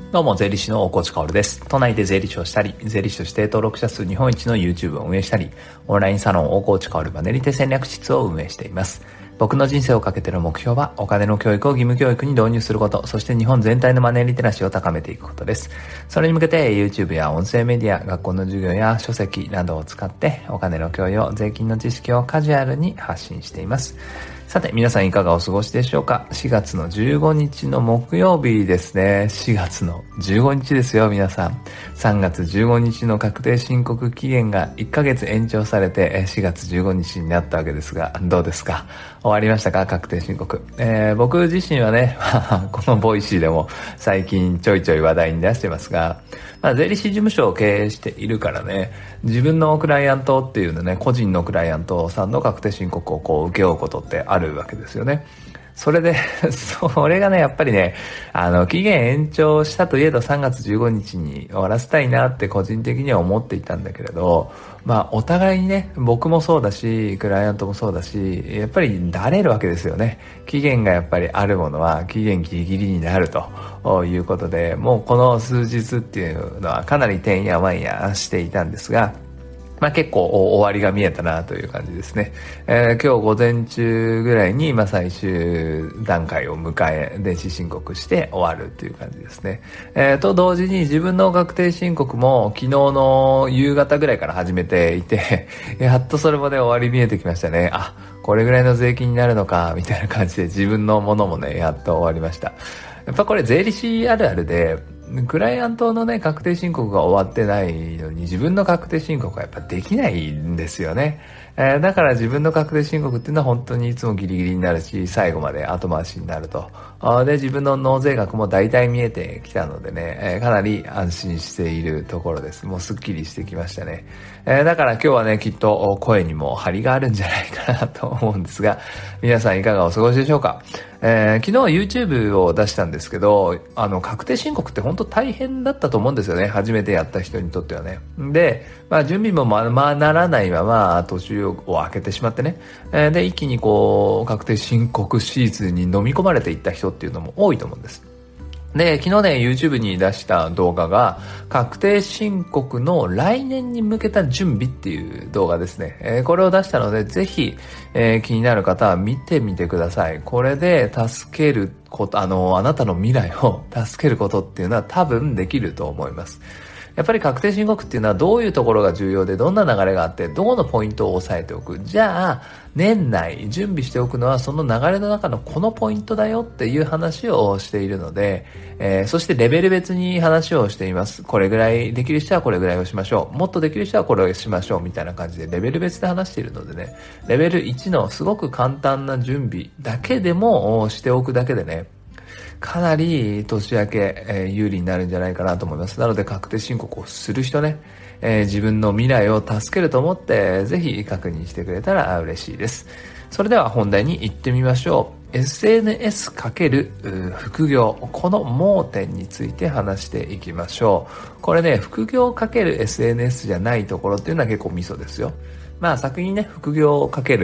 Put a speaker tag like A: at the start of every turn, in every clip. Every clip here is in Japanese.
A: どうも、税理士の大河内薫です。都内で税理士をしたり、税理士として登録者数日本一の YouTube を運営したり、オンラインサロン大河内薫マネリテ戦略室を運営しています。僕の人生をかけての目標は、お金の教育を義務教育に導入すること、そして日本全体のマネーリテラシーを高めていくことです。それに向けて YouTube や音声メディア、学校の授業や書籍などを使って、お金の教養、税金の知識をカジュアルに発信しています。さて、皆さんいかがお過ごしでしょうか。4月の15日の木曜日ですね。4月の15日ですよ、皆さん。3月15日の確定申告期限が1ヶ月延長されて、4月15日になったわけですが、どうですか？終わりましたか？確定申告。僕自身はね、このボイシーでも最近ちょいちょい話題に出してますが、税理士事務所を経営しているからね、自分のクライアントっていうのね、個人のクライアントさんの確定申告を請け負うことってあるわけですよね。それで、それがね、やっぱりね、期限延長したといえど3月15日に終わらせたいなって個人的には思っていたんだけれど、お互いにね、僕もそうだし、クライアントもそうだし、やっぱりだれるわけですよね。期限がやっぱりあるものは期限ギリギリになるということで、もうこの数日っていうのはかなりてんやわんやしていたんですが、結構終わりが見えたなという感じですね。今日午前中ぐらいに最終段階を迎え、電子申告して終わるという感じですね。と同時に自分の確定申告も昨日の夕方ぐらいから始めていて、やっとそれもね終わり見えてきましたね。これぐらいの税金になるのかみたいな感じで自分のものもねやっと終わりました。やっぱこれ税理士あるあるで、クライアントのね確定申告が終わってないのに自分の確定申告はやっぱできないんですよね。だから自分の確定申告っていうのは本当にいつもギリギリになるし、最後まで後回しになると。で、自分の納税額も大体見えてきたのでね、かなり安心しているところです。もうすっきりしてきましたね。だから今日はね、きっと声にも張りがあるんじゃないかなと思うんですが、皆さんいかがお過ごしでしょうか。昨日 YouTube を出したんですけど、確定申告って本当大変だったと思うんですよね。初めてやった人にとってはね。で、準備もならないまま途中を開けてしまってね。で、一気に確定申告シーズンに飲み込まれていった人っていうのも多いと思うんです。で、昨日ね、YouTube に出した動画が、確定申告の来年に向けた準備っていう動画ですね。これを出したので、ぜひ、気になる方は見てみてください。これで助けること、あなたの未来を助けることっていうのは多分できると思います。やっぱり確定申告っていうのはどういうところが重要でどんな流れがあってどこのポイントを押さえておく。じゃあ年内準備しておくのはその流れの中のこのポイントだよっていう話をしているので、そしてレベル別に話をしています。これぐらいできる人はこれぐらいをしましょう。もっとできる人はこれをしましょうみたいな感じでレベル別で話しているのでね、レベル1のすごく簡単な準備だけでもしておくだけでね、かなり年明け、有利になるんじゃないかなと思います。なので確定申告をする人ね、自分の未来を助けると思ってぜひ確認してくれたら嬉しいです。それでは本題に行ってみましょう。SNS× 副業、この盲点について話していきましょう。これね、副業×SNS じゃないところっていうのは結構ミソですよ。先にね、副業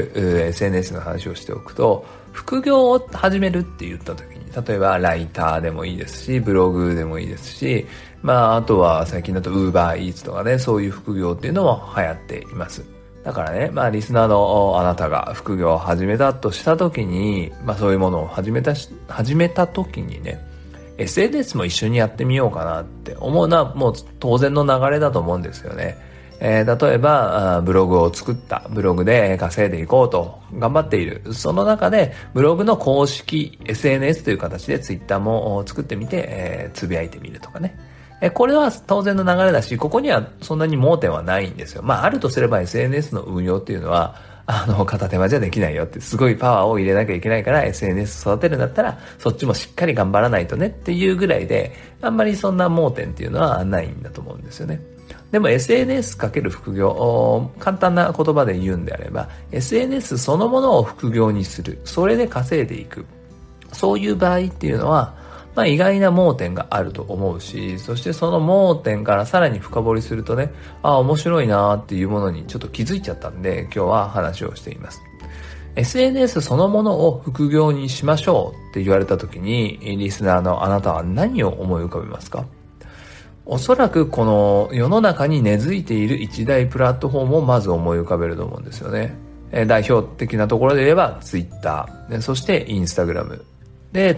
A: ×SNS の話をしておくと、副業を始めるって言った時に、例えばライターでもいいですし、ブログでもいいですし、あとは最近だと Uber Eats とかね、そういう副業っていうのも流行っています。だからね、リスナーのあなたが副業を始めたとした時に、そういうものを始めた時にね、SNS も一緒にやってみようかなって思うのはもう当然の流れだと思うんですよね。例えばブログを作った、ブログで稼いでいこうと頑張っている、その中でブログの公式 SNS という形で Twitter も作ってみて、つぶやいてみるとかね、これは当然の流れだし、ここにはそんなに盲点はないんですよ。あるとすれば SNS の運用っていうのは片手間じゃできないよって、すごいパワーを入れなきゃいけないから SNS 育てるんだったらそっちもしっかり頑張らないとねっていうぐらいで、あんまりそんな盲点っていうのはないんだと思うんですよね。でも SNS× 副業、簡単な言葉で言うんであれば SNS そのものを副業にする、それで稼いでいく、そういう場合っていうのは意外な盲点があると思うし、そしてその盲点からさらに深掘りするとね、面白いなっていうものにちょっと気づいちゃったんで今日は話をしています。 SNS そのものを副業にしましょうって言われた時に、リスナーのあなたは何を思い浮かべますか？おそらくこの世の中に根付いている一大プラットフォームをまず思い浮かべると思うんですよね。代表的なところで言えば Twitter、そして Instagram、で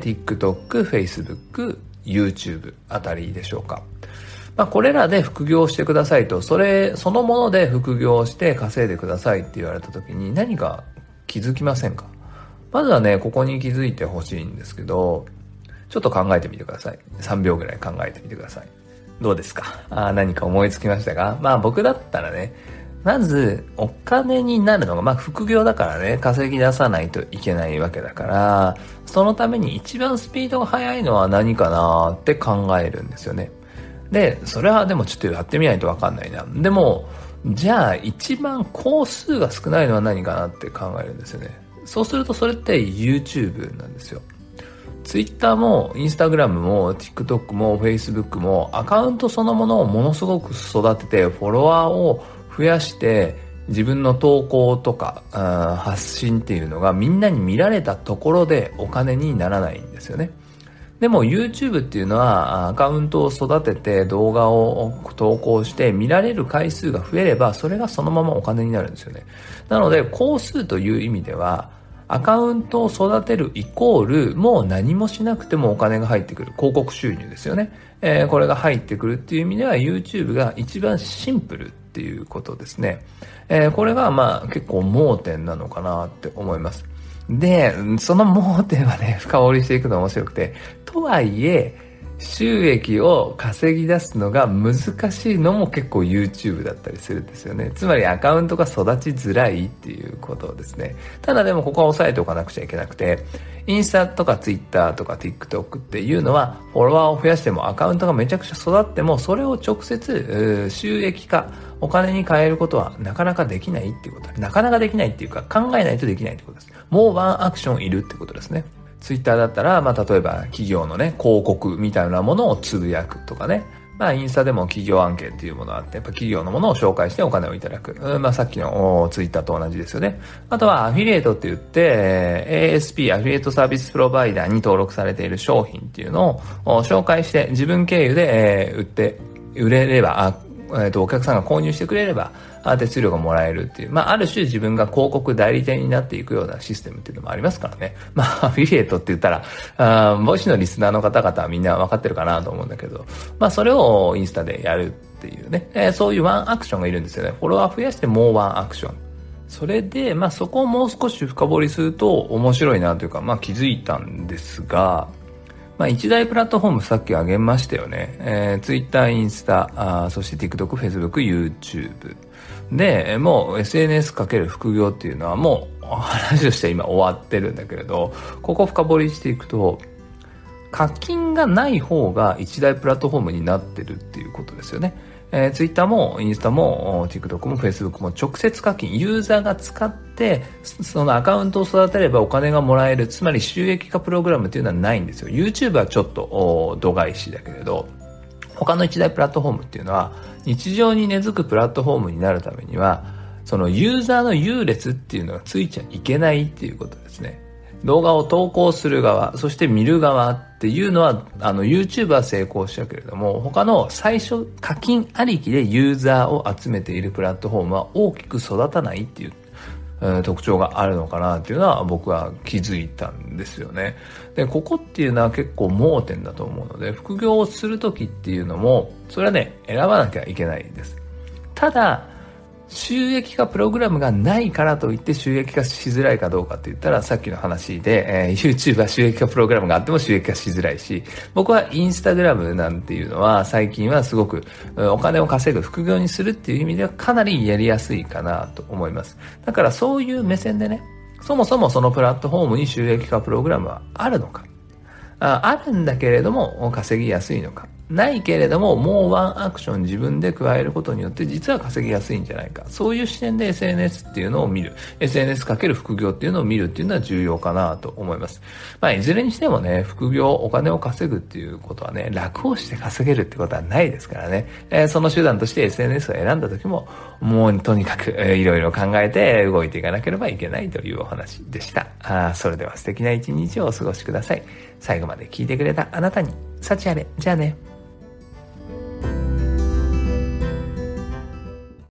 A: TikTok、Facebook、YouTube あたりでしょうか。これらで副業してくださいと、そのもので副業して稼いでくださいって言われた時に何か気づきませんか？まずはね、ここに気づいてほしいんですけど、ちょっと考えてみてください。3秒ぐらい考えてみてください。どうですか？何か思いつきましたか？僕だったらね、まずお金になるのが、副業だからね、稼ぎ出さないといけないわけだから、そのために一番スピードが速いのは何かなって考えるんですよね。で、それはでもちょっとやってみないとわかんないな。でも、じゃあ一番工数が少ないのは何かなって考えるんですよね。そうするとそれって YouTube なんですよ。Twitter も Instagram も TikTok も Facebook もアカウントそのものをものすごく育ててフォロワーを増やして自分の投稿とか発信っていうのがみんなに見られたところでお金にならないんですよね。でも YouTube っていうのはアカウントを育てて動画を投稿して見られる回数が増えればそれがそのままお金になるんですよね。なので工数という意味ではアカウントを育てるイコールもう何もしなくてもお金が入ってくる広告収入ですよね。これが入ってくるっていう意味では YouTube が一番シンプルっていうことですね。これが結構盲点なのかなって思います。で、その盲点はね、深掘りしていくの面白くて、とはいえ、収益を稼ぎ出すのが難しいのも結構 YouTube だったりするんですよね。つまりアカウントが育ちづらいっていうことですね。ただでもここは押さえておかなくちゃいけなくて、インスタとか Twitter とか TikTok っていうのはフォロワーを増やしてもアカウントがめちゃくちゃ育ってもそれを直接収益化、お金に変えることはなかなかできないっていうこと。なかなかできないっていうか考えないとできないってことです。もうワンアクションいるってことですね。ツイッターだったら、例えば企業のね、広告みたいなものをつぶやくとかね。インスタでも企業案件っていうものがあって、やっぱ企業のものを紹介してお金をいただく。さっきのツイッターと同じですよね。あとはアフィリエイトって言って、ASP、アフィリエイトサービスプロバイダーに登録されている商品っていうのを紹介して自分経由で、売れれば、お客さんが購入してくれれば手数料がもらえるっていう、ある種自分が広告代理店になっていくようなシステムっていうのもありますからね。アフィリエイトって言ったら、ボイシのリスナーの方々はみんな分かってるかなと思うんだけど、それをインスタでやるっていうね、そういうワンアクションがいるんですよね。フォロワー増やしてもうワンアクション。それで、そこをもう少し深掘りすると面白いなというか、気づいたんですが、一大プラットフォームさっき挙げましたよね。Twitter、インスタ、そして TikTok、Facebook、YouTube。で、もう SNS かける副業っていうのはもう話として今終わってるんだけれど、ここ深掘りしていくと、課金がない方が一大プラットフォームになってるっていうことですよね。Twitter もインスタも TikTok も Facebook も直接課金、ユーザーが使ってそのアカウントを育てればお金がもらえる、つまり収益化プログラムっていうのはないんですよ。 YouTube はちょっと度外視だけれど、他の一大プラットフォームっていうのは日常に根付くプラットフォームになるためにはそのユーザーの優劣っていうのがついちゃいけないっていうことですね。動画を投稿する側、そして見る側っていうのはYouTube は成功したけれども、他の最初課金ありきでユーザーを集めているプラットフォームは大きく育たないっていう特徴があるのかなっていうのは僕は気づいたんですよね。で、ここっていうのは結構盲点だと思うので、副業をするときっていうのもそれはね、選ばなきゃいけないです。ただ収益化プログラムがないからといって収益化しづらいかどうかって言ったら、さっきの話で、YouTube は収益化プログラムがあっても収益化しづらいし、僕はインスタグラムなんていうのは最近はすごくお金を稼ぐ副業にするっていう意味ではかなりやりやすいかなと思います。だからそういう目線でね、そもそもそのプラットフォームに収益化プログラムはあるのか、あるんだけれども稼ぎやすいのか、 ないけれども、もうワンアクション自分で加えることによって実は稼ぎやすいんじゃないか。そういう視点で SNS っていうのを見る。SNS かける副業っていうのを見るっていうのは重要かなと思います。いずれにしてもね、副業、お金を稼ぐっていうことはね、楽をして稼げるってことはないですからね。その手段として SNS を選んだ時も、もうとにかく、いろいろ考えて動いていかなければいけないというお話でした。それでは素敵な一日をお過ごしください。最後まで聞いてくれたあなたに、幸あれ。じゃあね。